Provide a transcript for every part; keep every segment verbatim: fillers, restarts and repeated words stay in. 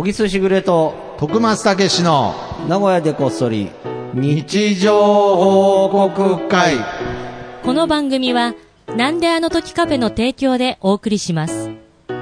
小木すしぐれと徳松たけしの名古屋でこっそり日常報告会。 この番組はなんであの時カフェの提供でお送りします。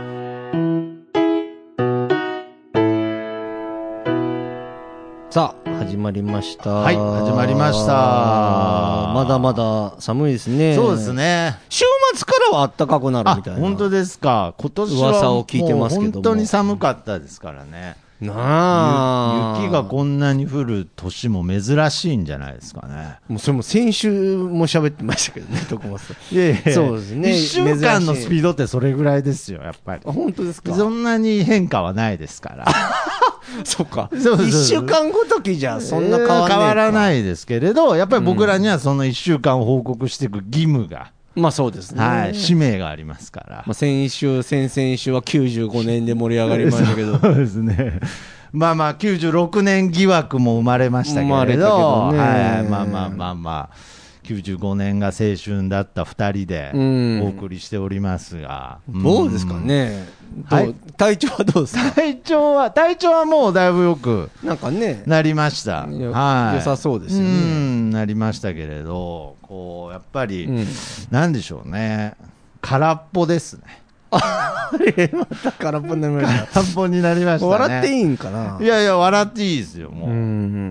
さあ始まりました。 はい、始まりました。 まだまだ寒いですね。 そうですね。 週末からは暖かくなるみたいな。 あ、本当ですか。今年は噂を聞いてますけども、 本当に寒かったですからね。 なあ、 雪がこんなに降る年も珍しいんじゃないですかね。 もうそれも先週も喋ってましたけどね、徳松さん。 いやいや、 そうですね。 いっしゅうかんのスピードってそれぐらいですよ、やっぱり。 あ、本当ですか。 そんなに変化はないですから。 そうか。 そうそうそう、 いっしゅうかんごときじゃそんな変わらない、 えー、変わらないですけれど、やっぱり僕らにはそのいっしゅうかんを報告していく義務が、 まあそうですね、 はい、使命がありますから。 まあ、先週先々週はきゅうじゅうごねんで盛り上がりましたけどそうですね。まあまあきゅうじゅうろくねん疑惑も生まれましたけれど、 生まれたけどね、 はい、まあまあまあまあきゅうじゅうごねんが青春だったふたりでお送りしておりますが、 うん、どうですかね、はい、体調はどうですか。 体調は体調はもうだいぶよくなんかねなりました。 はい、良さそうですよね。 うんなりましたけれど、こうやっぱり、うん、なんでしょうね、空っぽですね。 あれまた空っぽになりました。 空っぽになりましたね。 笑っていいんかな。 いやいや笑っていいですよもう。うん、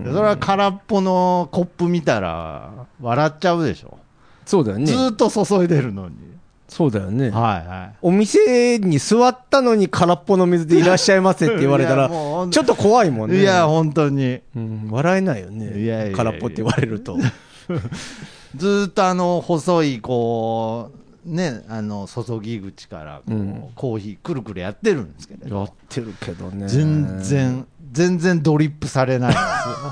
それは空っぽのコップ見たら笑っちゃうでしょ。そうだよね。ずっと注いでるのに。 そうだよね。 はいはい。 お店に座ったのに空っぽの水でいらっしゃいませって言われたらちょっと怖いもんね。 いや本当に、 うん、笑えないよね。いやいやいや空っぽって言われると。 ずっとあの細いこう。ね、あの注ぎ口からこう、うん、コーヒーくるくるやってるんですけど、 やってるけどね、 全然全然ドリップされないんですよ。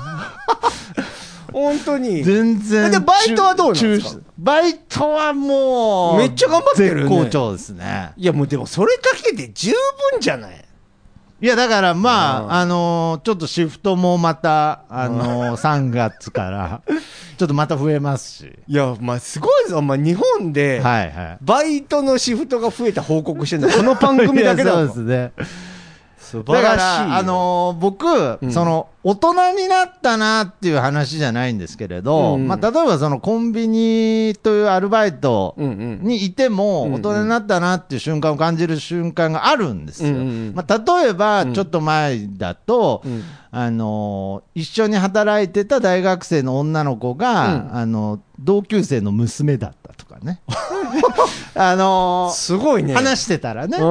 本当に全然。 でバイトはどうなんですか。 バイトはもうめっちゃ頑張ってるね。 絶好調ですね。 いやもうでもそれだけで十分じゃない。 いやだからまあ、あのー、ちょっとシフトもまた、あのー、さんがつからちょっとまた増えますし。 いやまあすごいぞ、まあ、日本でバイトのシフトが増えた報告してるのはこの番組だけだもん。 そうですね。 素晴らしい。 だからあのー、僕、うん、その大人になったなっていう話じゃないんですけれど、うんうん、まあ、例えばそのコンビニというアルバイトにいても大人になったなっていう瞬間を感じる瞬間があるんですよ。うんうん、まあ、例えばちょっと前だと、うん、あのー、一緒に働いてた大学生の女の子が、うん、あの同級生の娘だったとかね。あのー、 すごいね。 話してたらね、うん、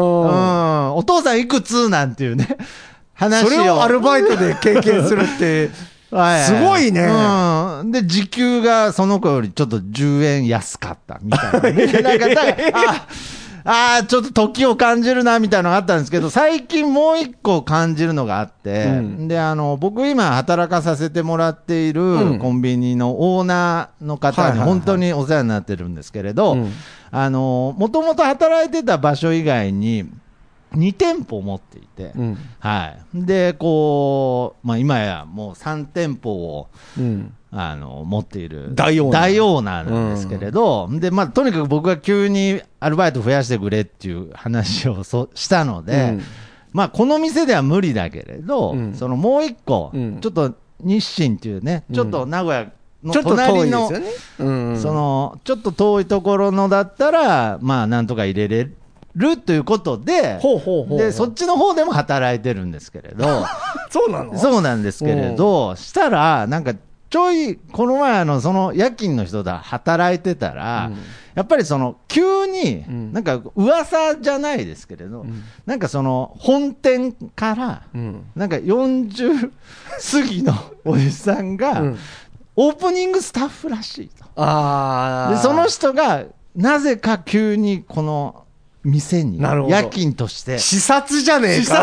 お父さんいくつなんていうね話を。 それをアルバイトで経験するってすごいね。 うん、で時給がその子よりちょっとじゅうえん安かったみたいな、ね。なんかああちょっと時を感じるなみたいなのがあったんですけど、最近もう一個感じるのがあって、うん、であの僕今働かさせてもらっているコンビニのオーナーの方に本当にお世話になってるんですけれど、あのもともと働いてた場所以外にに店舗持っていて、うん、はい、でこう、まあ、今やもうさん店舗を、うん、あの持っている大オーナー、 大オーナーなんですけれど、うん、でまあ、とにかく僕が急にアルバイト増やしてくれっていう話をそしたので、うん、まあ、この店では無理だけれど、うん、そのもう一個、うん、ちょっと日清っていうね、ちょっと名古屋の隣の、ね、うん、そのちょっと遠いところのだったらまあなんとか入れれるるということで、 ほうほうほうほう、 でそっちの方でも働いてるんですけれどそうなの。 そうなんですけれど、したらなんかちょいこの前あのその夜勤の人で働いてたら、うん、やっぱりその急になんか噂じゃないですけれど、うん、なんかその本店からなんかよんじゅう過ぎのおじさんがオープニングスタッフらしいと。 あでその人がなぜか急にこの店に夜勤として視察じゃねえか。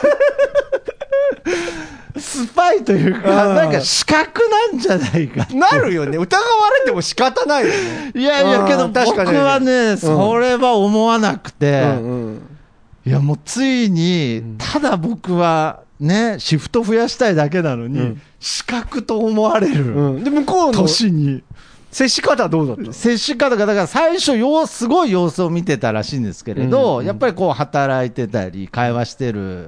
スパイというかなんか資格なんじゃないかなるよね。疑われても仕方ないよね。 いやいやけど僕はねそれは思わなくて、うんうん、いやもうついにただ僕はねシフト増やしたいだけなのに、うん、資格と思われる、うん、で向こうの年に接し方どうだった？ 接し方がだから最初様すごい様子を見てたらしいんですけれど、うんうん、やっぱりこう働いてたり会話してる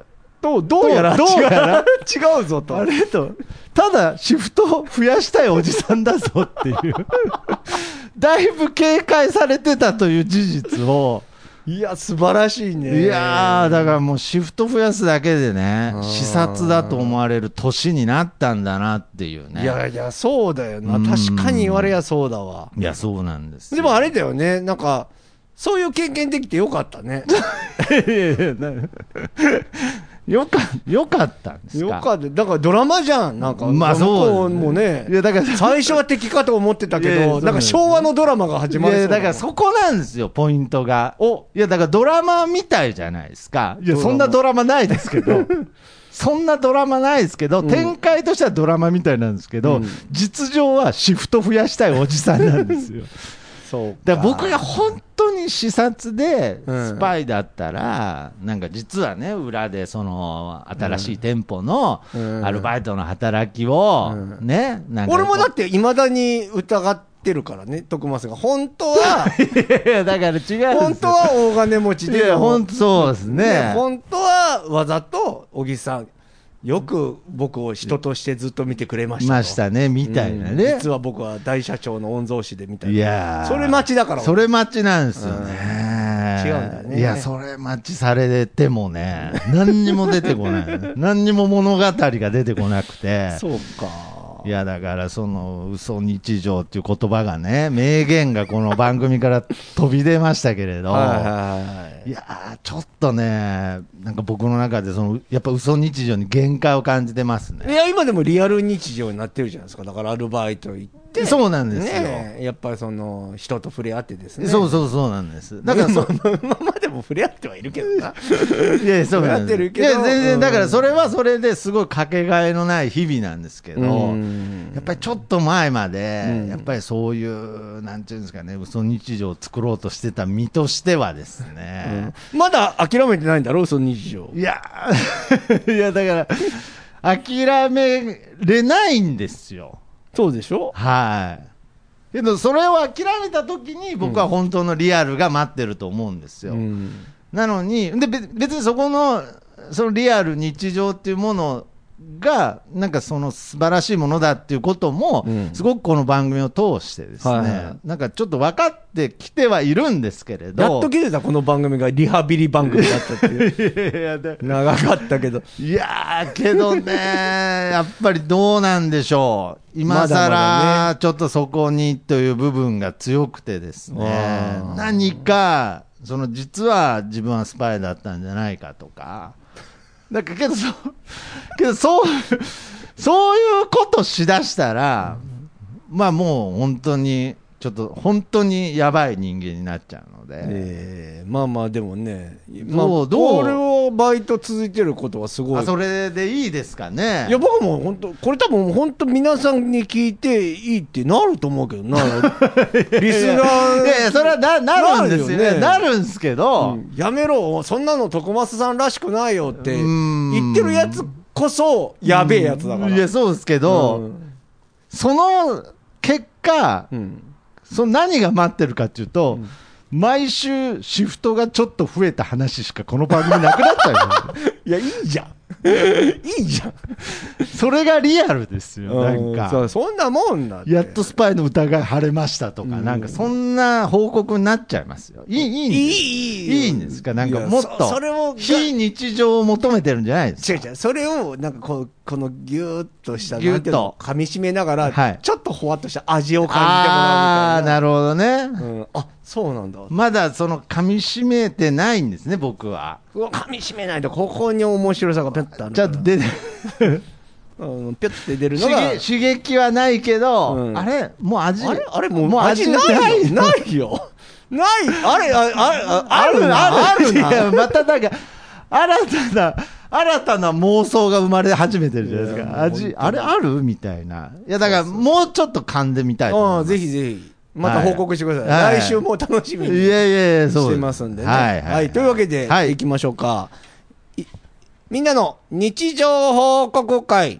とどうやら違うどうやら違うぞと。 あれと、ただシフトを増やしたいおじさんだぞっていうだいぶ警戒されてたという事実を。 いや素晴らしいね。 いやーだからもうシフト増やすだけでね、視察だと思われる年になったんだなっていうね。 いやいやそうだよな、確かに言われやそうだわ。 いやそうなんですよ。 でもあれだよね、なんかそういう経験できてよかったね。 いやいやなよかよかったんですか。 よかった。だからドラマじゃん。なんかまあそうもね、 いやだから最初は敵かと思ってたけいやいやど、なんか昭和のドラマが始まる。 いやだからそこなんですよポイントが。おいやだからドラマみたいじゃないですか。いやそんなドラマないですけどそんなドラマないですけど、うん、展開としてはドラマみたいなんですけど、うん、実情はシフト増やしたいおじさんなんですよ。 そうか。 だから僕が本当に視察でスパイだったら、うん、なんか実はね裏でその新しい店舗のアルバイトの働きをね、うん、なんか俺もだっていまだに疑ってるからね、徳松が本当はいやだから違うんですよ。 本当は大金持ちで、 いや本当そうですね、 ね、本当はわざと小木さんよく僕を人としてずっと見てくれましたとましたねみたいなね、 うん、実は僕は大社長の御曹司でみたいな。 いやそれ待ちだから。 それ待ちなんですよね、 うん、違うんだね。 いやそれ待ちされてもね何にも出てこない何にも物語が出てこなくて。 そうか。 いやだからその嘘日常っていう言葉がね、名言がこの番組から飛び出ましたけれどはいはい、はい、いやちょっとねなんか僕の中でそのやっぱ嘘日常に限界を感じてますね。 いや今でもリアル日常になってるじゃないですか。だからアルバイト行ってそうなんですよ、 ね、やっぱりその人と触れ合ってですね。 そうそうそうなんです。だからそ今までも触れ合ってはいるけどな。 いやそうなんです。 触れ合ってるけど、 いや全然だからそれはそれですごいかけがえのない日々なんですけど、やっぱりちょっと前までやっぱりそういうなんていうんですかね、嘘日常を作ろうとしてた身としてはですね、 うん、まだ諦めてないんだろ嘘日常。 いやいやだから諦めれないんですよ。 そうでしょ。 はいけどそれを諦めた時に僕は本当のリアルが待ってると思うんですよ、うん、なのにで別にそこのそのリアル日常っていうものがなんかその素晴らしいものだっていうことも、うん、すごくこの番組を通してですね、はいはい、なんかちょっと分かってきてはいるんですけれど、 やっと気づいたこの番組がリハビリ番組だったっていう長かったけどいやーけどねやっぱりどうなんでしょう今さらちょっとそこにという部分が強くてですね、何かその実は自分はスパイだったんじゃないかとかだからけどそうけどそうそういうことしだしたら、まあもう本当にちょっと本当にやばい人間になっちゃうので、 えー、まあまあでもね、まあ、どうどうこれをバイト続いてることはすごい。 あそれでいいですかね。 いや僕も本当これ多分本当皆さんに聞いていいってなると思うけどなリスナーいやいやそれは な, なるんですよね。なるんですけど、 うん、やめろそんなの徳増さんらしくないよって言ってるやつこそやべえやつだから。 いやそうですけど、うん、その結果、うんその何が待ってるかっていうと、うん、毎週シフトがちょっと増えた話しかこの番組なくなっちゃういやいいじゃんいいじゃんそれがリアルですよ。なんかそ, そんなもんだって。 やっとスパイの疑い晴れましたとか、うん、なんかそんな報告になっちゃいますよ。いいいいんですいいいいんですか。なんかもっとそれを非日常を求めてるんじゃないですか。 違う違うそれをなんかこうこのギューッとしたギュッと噛み締めながら、はい、ちょっとほわっとした味を感じてもらうみたいな。 ああなるほどね、 うん、あそうなんだ。 まだその噛み締めてないんですね僕は。 噛み締めないとここに面白さがペッとあるちょっと出てうん、ピュッて出るのが刺激はないけど、うん、あれもう味あれあれもうもう味ないないよないあれああああるなあるないやまたなんか新たな新たな妄想が生まれ始めてるじゃないですか。味あれあるみたいな。いやだからもうちょっと噛んでみたいと思います。 ぜひぜひまた報告してください、はい、来週も楽しみにしてますんでね。はいはいはいはい、というわけで、はい、いきましょうか。みんなの日常報告会。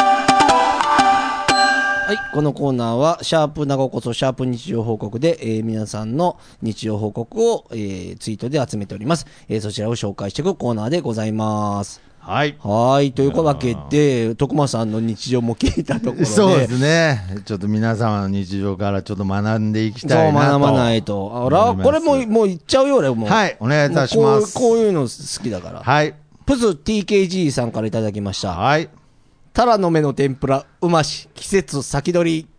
はい、このコーナーはシャープ長こそシャープ日常報告で、えー、皆さんの日常報告を、えー、ツイートで集めております、えー、そちらを紹介していくコーナーでございます。 はい。 はい。というわけで、徳間さんの日常も聞いたところで。 そうですね。ちょっと皆様の日常からちょっと学んでいきたいなと。 そう、学ばないと。あら、これも、もう言っちゃうよ、俺も。 はい。お願いいたします。 こう、こういうの好きだから。 はい。 プス ティーケージー さんからいただきました。 はい。 タラの芽の天ぷら、うまし、季節先取り。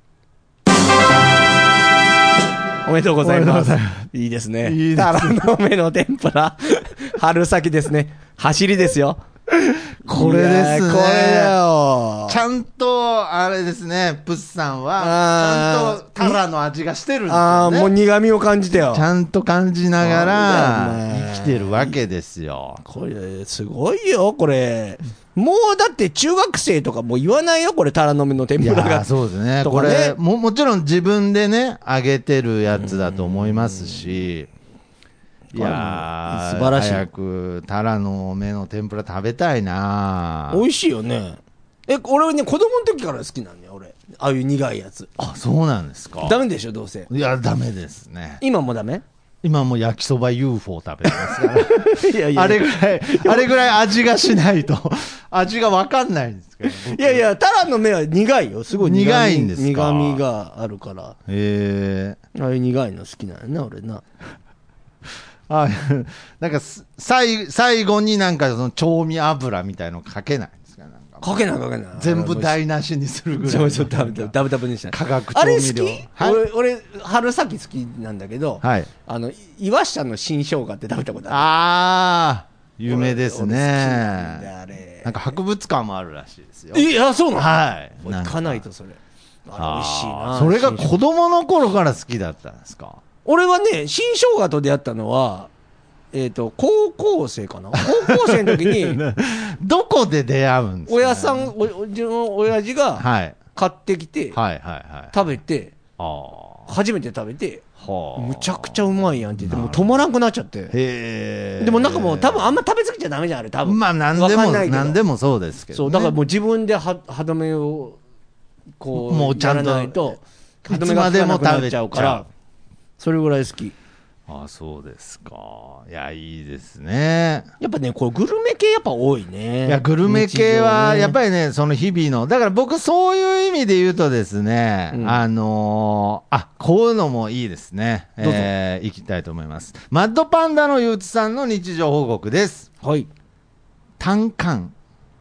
おめでとうございます。いいですね。いいですね。タラの芽の天ぷら、春先ですね。走りですよ。 これですね。 これだよ。 ちゃんと、あれですね、プスさんは、ちゃんとタラの味がしてるんですよね。ああ、 もう苦味を感じてよ。 ちゃんと感じながら、生きてるわけですよ。 これ、すごいよ、これ。もうだって中学生とかもう言わないよ、これ、タラの芽の天ぷらが。 そうですね。これも、もちろん自分でね、揚げてるやつだと思いますし、いやー、素晴らしい。早くタラの芽の天ぷら食べたいな。 美味しいよね。え、俺はね、子供の時から好きなんだよ、俺。ああいう苦いやつ。 あ、そうなんですか。 ダメでしょ、どうせ。 いや、ダメですね。 今もダメ？ 今も焼きそば ユーフォー 食べてますから。いやいや、あれぐらい、あれぐらい味がしないと、味がわかんないんですけど。 いやいや、タラの芽は苦いよ。すごい苦い。苦いんですか。苦味があるから。 へえ。 ああいう苦いの好きなんやな、俺な。 あ、なんか最最後になんかその調味油みたいのかけないんですか。なんかかけないかけない。 全部台無しにするぐらい。 そうそう、ダブダブダブにした。 化学調味料。 あれ好き？はい、俺俺春先好きなんだけど、はい、あの岩下の新生姜って食べたことある。 ああ、有名ですね。あれ。なんか博物館もあるらしいですよ。 いや、そうなの？ はい。 行かないとそれ。あれ美味しいな。 それが子供の頃から好きだったんですか？ 俺はね、新生姜と出会ったのは、えっと、高校生かな高校生の時に、 どこで出会うんですか？ 親さん、おじの親父が買ってきて、はいはいはい、食べて、初めて食べて、むちゃくちゃうまいやんって言って、もう止まらなくなっちゃって。へでもなんかもう多分あんま食べ過ぎちゃダメじゃん、あれ多分。 まあなんでも、なんでもそうですけど、ね。 そう、だからもう自分で歯止めを、こう、もうちゃんとやらないと、歯止めがなくなっちゃうから、それぐらい好き。 ああ、そうですか。いや、いいですね。 やっぱね、これグルメ系やっぱ多いね。 いや、グルメ系は、やっぱりね、その日々の、だから僕そういう意味で言うとですね、うん、あのー、あ、こういうのもいいですね。どうぞ。えー、いきたいと思います。マッドパンダのゆうつさんの日常報告です。 はい。 タンカン。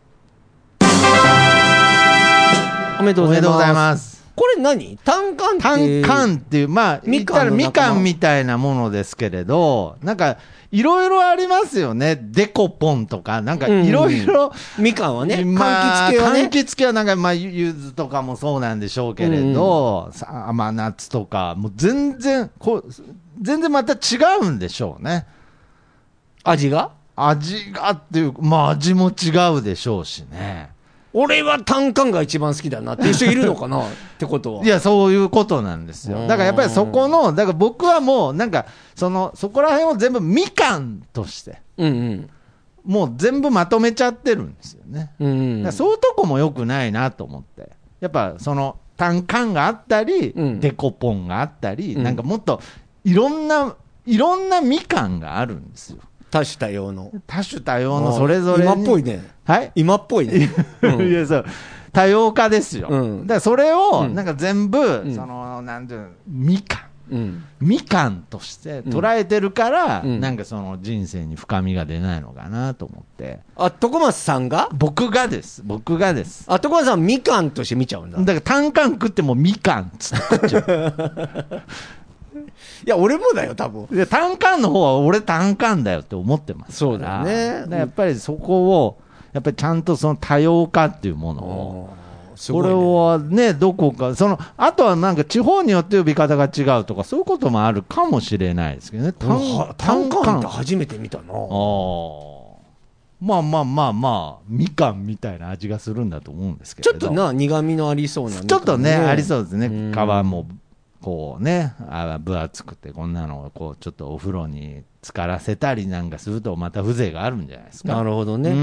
おめでとうございます。おめでとうございます。これ何？タンカンって。 タンカンっていう、まあ、言ったらみかんみたいなものですけれど、なんか、いろいろありますよね。デコポンとか、なんかいろいろ。 みかんはね、 まあ、柑橘系はね。柑橘系はなんか、まあ、柚子とかもそうなんでしょうけれど、うん、甘夏とか、もう全然、こう、全然また違うんでしょうね。 味が？ 味がっていう、まあ味も違うでしょうしね。 俺はタンカンが一番好きだなっていう人いるのかなってことは。 いや、そういうことなんですよ。だからやっぱりそこの、だから僕はもうなんか、その、そこら辺を全部みかんとして、うんうん、もう全部まとめちゃってるんですよね。うんうん、だからそういうとこも良くないなと思って。やっぱその、タンカンがあったり、うん、デコポンがあったり、うん、なんかもっといろんな、いろんなみかんがあるんですよ。 多種多様の。 多種多様のそれぞれ。 今っぽいね。 はい。 今っぽいね。 うん、いや、そう。多様化ですよ。うん、だからそれを、なんか全部、うん、その、なんていうの、みかん、うん。みかんとして捉えてるから、うん、なんかその人生に深みが出ないのかなと思って。 あ、徳松さんが？ 僕がです。僕がです。 あ、徳松さんみかんとして見ちゃうんだ。 だからタンカン食ってもみかんっつって食っちゃう。 いや、俺もだよ、多分。 いや、タンカンの方は俺タンカンだよって思ってますから。 そうだね。 だやっぱりそこを、やっぱりちゃんとその多様化っていうものを、これはね、どこか、その、あとはなんか地方によって呼び方が違うとか、そういうこともあるかもしれないですけどね。 タン、タンカンって初めて見たな。ああ。 まあまあまあまあ、みかんみたいな味がするんだと思うんですけど。 ちょっとな、苦味のありそうな、 ね。ちょっとね、ありそうですね。皮も。こうね、あ分厚くてこんなのをこうちょっとお風呂に浸からせたりなんかするとまた風情があるんじゃないですか。 なるほどね。うん。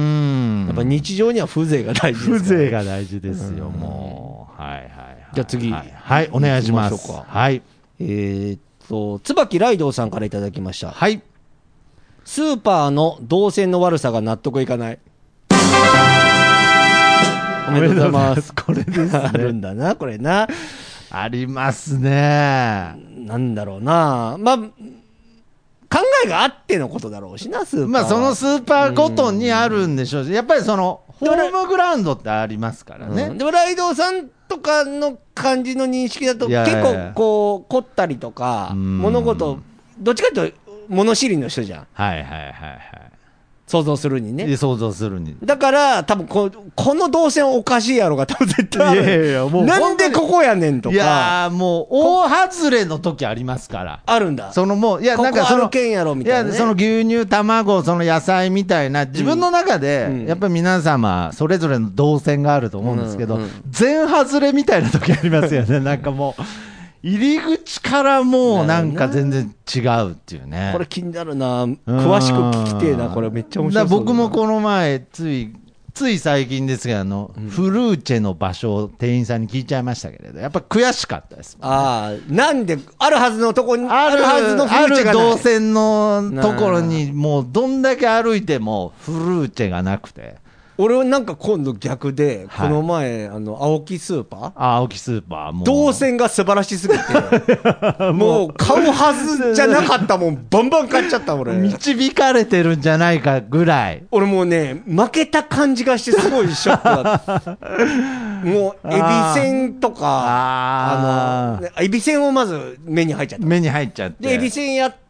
やっぱ日常には風情が大事ですから、 ね。風情が大事ですよ、もう。はいはいはい。 じゃあ次。はい、 はい、お願いします。はい。 えー、っと、椿ライドウさんからいただきました。 はい。 スーパーの動線の悪さが納得いかない。 おめでとうございます。 これですね。 あるんだな、これな。 ありますね。 なんだろうな。まあ、考えがあってのことだろうしな、スーパー。 まあ、そのスーパーごとにあるんでしょうし、やっぱりその、ホームグラウンドってありますからね。 うん、でも、ライドウさんとかの感じの認識だと、結構、こう、凝ったりとか、物事、どっちかというと、物知りの人じゃん。 はいはいはいはい。 想像するにね。 想像するに。 だから、多分こ、この動線おかしいやろが多分絶対ある。いやいや、もう。なんでここやねんとか。 いやもう、大外れの時ありますから。 あるんだ。 そのもう、いや、なんかその、 ここ歩けんやろみたいな、ね。 いや、その牛乳、卵、その野菜みたいな、自分の中で、うん、やっぱり皆様、それぞれの動線があると思うんですけど、うんうん、全外れみたいな時ありますよね。なんかもう。入り口からもうなんか全然違うっていうね。 これ気になるな。詳しく聞きてえな。これめっちゃ面白そうだ。 僕もこの前、つい、つい最近ですが、あの、うん、フルーチェの場所を店員さんに聞いちゃいましたけれど、やっぱ悔しかったです、ね。 ああ、なんで、あるはずのとこに、あるはずのフルーチェがない。 ある動線のところに、もうどんだけ歩いてもフルーチェがなくて。 俺はなんか今度逆で、はい、この前、あの、青木スーパーあ、青木スーパー。もう。 動線が素晴らしすぎて、もう買うはずじゃなかったもん、バンバン買っちゃった俺。 導かれてるんじゃないかぐらい。 俺もうね、負けた感じがしてすごいショックだった。もう、エビせんとか、あ, あの、エビせんをまず目に入っちゃった。 目に入っちゃって。 で、エビせんやって、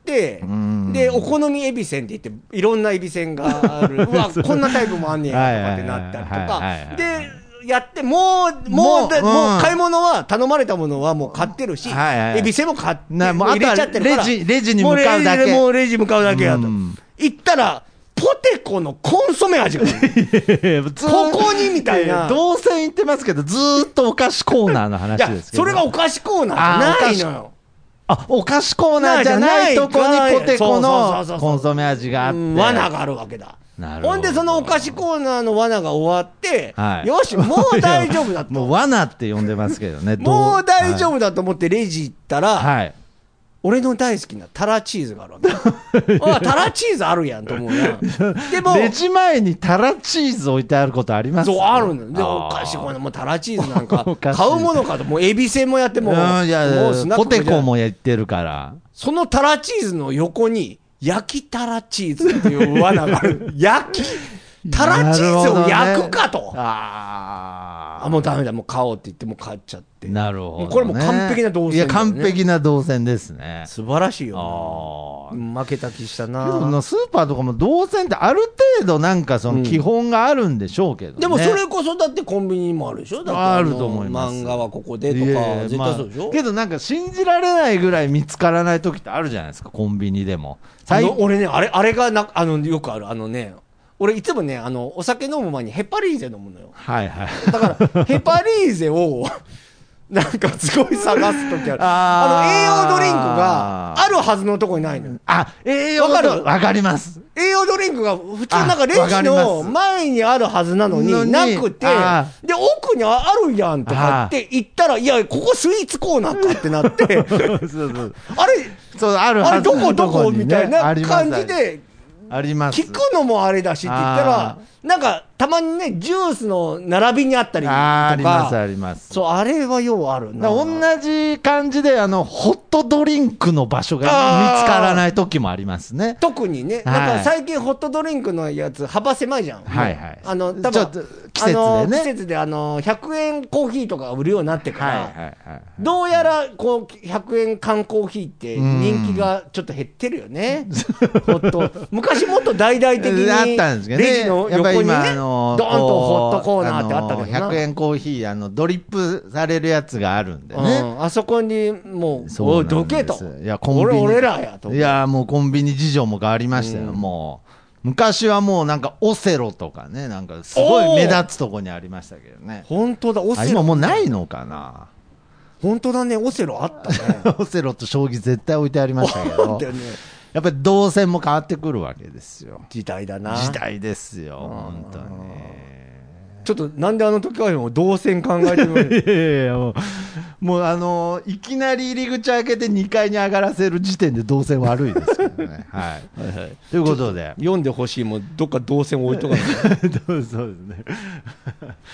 で、お好みエビせんって言って、いろんなエビせんがある。うわ、こんなタイプもあんねやとかってなったりとか。で、やって、もう、もう、もう、もう買い物は、頼まれたものはもう買ってるし、エビせんも買って、もう入れちゃってるから。 レジ、レジに向かうだけ。 もうレジ向かうだけやと。行ったら、ポテコのコンソメ味がここにみたいな。 動線行ってますけど、ずーっとお菓子コーナーの話ですけど。 それがお菓子コーナーじゃないのよ。 あ、お菓子コーナーじゃないとこにポテコのコンソメ味があって。 罠があるわけだ。ほんで、そのお菓子コーナーの罠が終わって、はい、よし、もう大丈夫だと。 もう罠って呼んでますけどね。 もう大丈夫だと思ってレジ行ったら、はい、俺の大好きなタラチーズがあるわけ。あ、タラチーズあるやんと思うな。 でも、レジ前にタラチーズ置いてあることあります、 ね、そう、あるのよ。で、お菓子コーナーもタラチーズなんか、買うものかと、もうエビせんもやっても、 うん、いやもうスナックポテコもやってるから。 そのタラチーズの横に、焼きタラチーズっていう罠がある。焼きタラチーズを焼くかと。ね、ああ。もうダメだ、もう買おうって言って、もう買っちゃって。 なるほど、ね。 これも完璧な動線、ね。 いや、完璧な動線ですね。 素晴らしいよ、ね。負けた気したな。 スーパーとかも動線ってある程度なんかその基本があるんでしょうけどね。うん、 でもそれこそだってコンビニにもあるでしょ。だってあると思います。 漫画はここでとか、絶対そうでしょ、まあ。 けどなんか信じられないぐらい見つからない時ってあるじゃないですか、コンビニでも。 あの俺ね、あれ、あれがな、あの、よくある、あのね、俺いつもね、あの、お酒飲む前にヘパリーゼ飲むのよ。 はいはい。 だから、ヘパリーゼを、なんかすごい探すときある。あの、栄養ドリンクがあるはずのとこにないのよ。 あ、栄養ドリンクわかります。 栄養ドリンクが普通なんかレジの前にあるはずなのになくて、で、奥にあるやんとかって言ったら、いや、ここスイーツコーナーかってなって、そうそうあれ、 そうあるあれどこどこみたいな感じで、 あります。 聞くのもあれだしって言ったら、なんか、たまにね、ジュースの並びにあったりとか。 あ, あります、あります。 そう、あれはようあるな。 同じ感じで、あの、ホットドリンクの場所が見つからない時もありますね。 特にね。だから最近ホットドリンクのやつ、幅狭いじゃん。 はいはい。 あの、多分、 ちょっと季節でね。 季節で、あの、ひゃくえんコーヒーとか売るようになってから、はいはいはい、どうやら、こう、ひゃくえん缶コーヒーって人気がちょっと減ってるよね。ホット。昔もっと大々的に、 あったんですけどね。 レジの横にね、ドーンとホットコーナーってあったけどな。 ひゃくえんコーヒー、あの、ドリップされるやつがあるんでね。 うん、あそこに、もう、おい、どけと。 いや、コンビニ。 俺、俺らやと。 いや、もうコンビニ事情も変わりましたよ、うん、もう。昔はもうなんかオセロとかね、なんかすごい目立つとこにありましたけどね。 本当だ、オセロ。 今もうないのかな。 本当だね、オセロあったね。 オセロと将棋絶対置いてありましたけど。ね、やっぱり動線も変わってくるわけですよ。 時代だな。 時代ですよ、本当に。 ちょっとなんであの時はもう動線考えてみる。 いやいやもう、もうあのー、いきなり入り口開けてにかいに上がらせる時点で動線悪いですけどね。はい。はいはい、ということで。 読んでほしいもん、どっか動線置いとかない。 そうですね。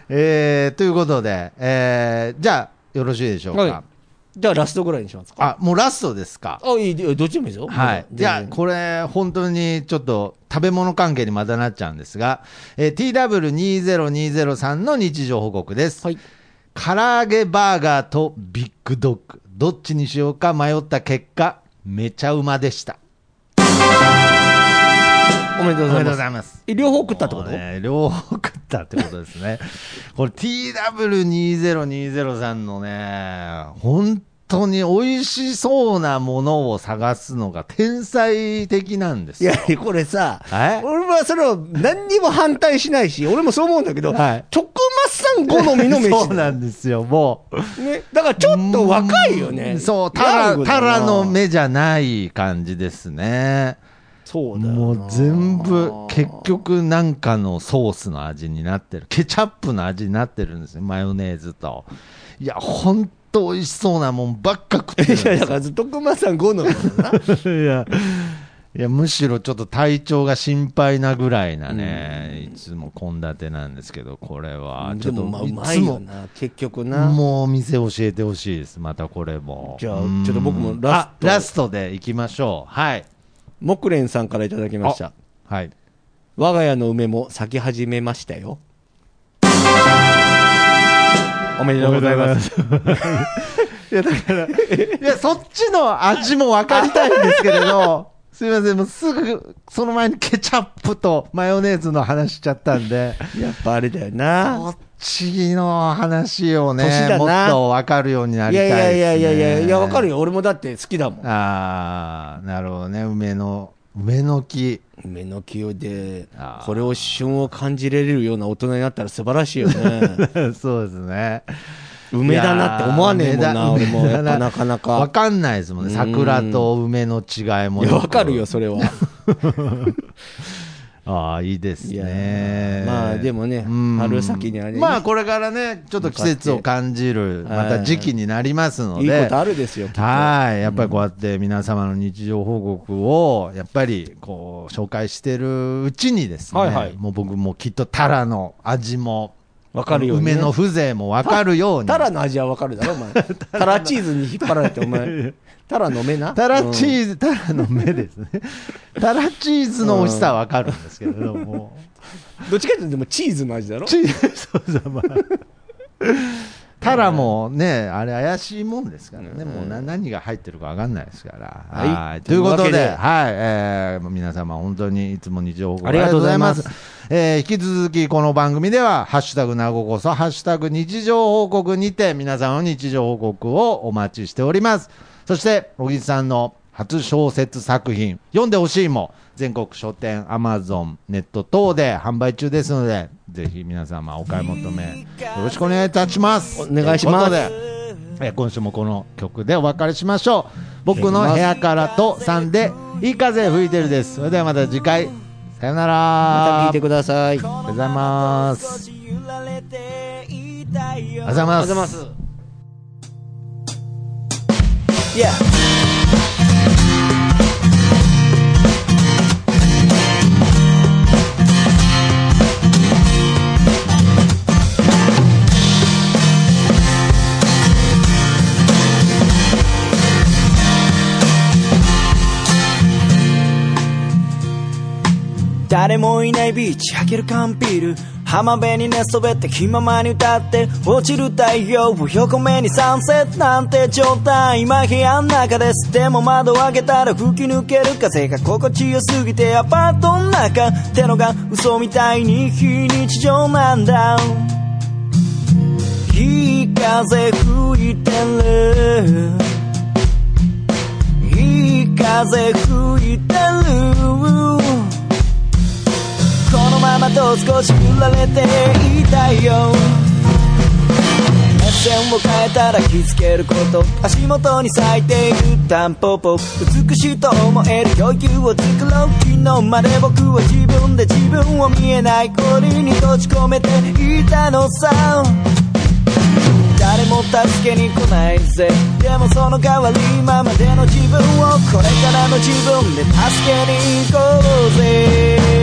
えー、ということで、えー、じゃあよろしいでしょうか、はい、 じゃあラストぐらいにしますか。 あ、もうラストですか。 あ、いい、どっちでもいいですよ。 はい。じゃあこれ本当にちょっと食べ物関係にまたなっちゃうんですが、えー、ティーダブリューにせんにじゅうさん の日常報告です、はい。唐揚げバーガーとビッグドッグ、どっちにしようか迷った結果、めちゃうまでした。 おめでとうございます。両方食ったってこと？ ね、両方食ったってことですね。これ ティーダブリューにせんにじゅうさん のね、本当に美味しそうなものを探すのが天才的なんですよ。 いや、これさ、俺はそれを何にも反対しないし、俺もそう思うんだけど、はい、徳松さん好みの飯。 そうなんですよ、もう。ね、だからちょっと若いよね。 そう、たら、たらの目じゃない感じですね。 そうだよな。 もう全部結局なんかのソースの味になってる、ケチャップの味になってるんですよ、マヨネーズと。いや本当美味しそうなもんばっか食ってるんですよ。 いやだから徳間さん好みだな。 いやいやむしろちょっと体調が心配なぐらいなね、うん、いつも献立なんですけど、これはちょっとでもまあうまいよな結局な。 もう店教えてほしいです、またこれも。 じゃあちょっと僕もラストラストでいきましょう。はい、 木蓮さんからいただきました。 はい。 我が家の梅も咲き始めましたよ。おめでとうございます。 いやだからいやそっちの味も分かりたいんですけれど、すみません、もうすぐその前にケチャップとマヨネーズの話しちゃったんで、 やっぱあれだよな。 こっちの話をねもっと分かるようになりたいですね。 いやいやいやいやいや分かるよ。俺もだって好きだもん。 ああなるほどね。梅の梅の木梅の木でこれを旬を感じれるような大人になったら素晴らしいよね。 そうですね。 梅だなって思わねえもんな。俺もやっぱなかなか分かんないですもんね。桜と梅の違いも。 いや分かるよそれは。 ああいいですね。 まあでもね、春先にはね、 まあこれからねちょっと季節を感じるまた時期になりますので、 いいことあるですよ。 はい、やっぱりこうやって皆様の日常報告をやっぱりこう紹介してるうちにですね、はいはい、もう僕もきっとタラの味も分かるように、ね、梅の風情も分かるように。 タラの味は分かるだろお前。タラチーズに引っ張られてお前。タラの目な。 タラチーズ、うん、タラの目ですね。タラチーズの美味しさは分かるんですけれども、 うん、どっちかというとでもチーズの味だろ。 チーズそうそう、まあ、タラもねあれ怪しいもんですからね、うん、もうな何が入ってるか分かんないですから、はい、はいということで、はい、えー、皆様本当にいつも日常報告ありがとうございます。えー、引き続きこの番組ではハッシュタグなごこそハッシュタグ日常報告にて皆様の日常報告をお待ちしております。そして小木さんの初小説作品読んでほしいも全国書店アマゾンネット等で販売中ですので、ぜひ皆様お買い求めよろしくお願いいたします。 お願いします。 ということで、え今週もこの曲でお別れしましょう。僕の部屋からとさんでいい風吹いてるです。それではまた次回さよなら。 また聞いてください。 ありがとうございます。ありがとうございます。 Yeah. 誰もいないビーチ開ける缶ビール、浜辺に寝そべって気ままに歌って落ちる太陽を横目にサンセットなんて状態。今部屋の中です。でも窓を開けたら吹き抜ける風が心地よすぎてアパートの中ってのが嘘みたいに非日常なんだ。いい風吹いてる、いい風吹いてる、このままと少し振られていたいよ。目線を変えたら気づけること、足元に咲いているタンポポ、美しいと思える余裕を作ろう。昨日まで僕は自分で自分を見えない氷に閉じ込めていたのさ。誰も助けに来ないぜ。でもその代わり今までの自分をこれからの自分で助けに行こうぜ。